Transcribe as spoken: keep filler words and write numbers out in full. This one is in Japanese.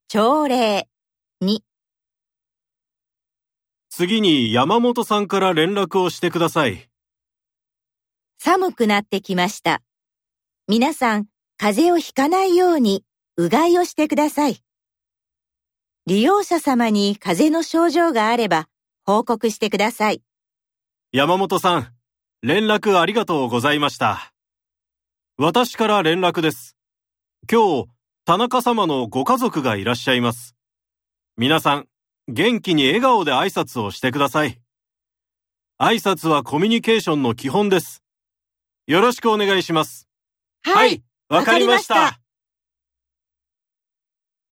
朝礼。に、 次に山本さんから連絡をしてください。 寒くなってきました。皆さん、風邪をひかないように、うがいをしてください。利用者様に風邪の症状があれば、報告してください。 山本さん、連絡ありがとうございました。私から連絡です。今日、田中様のご家族がいらっしゃいます。皆さん、元気に笑顔で挨拶をしてください。挨拶はコミュニケーションの基本です。よろしくお願いします。 はい、 わかりました。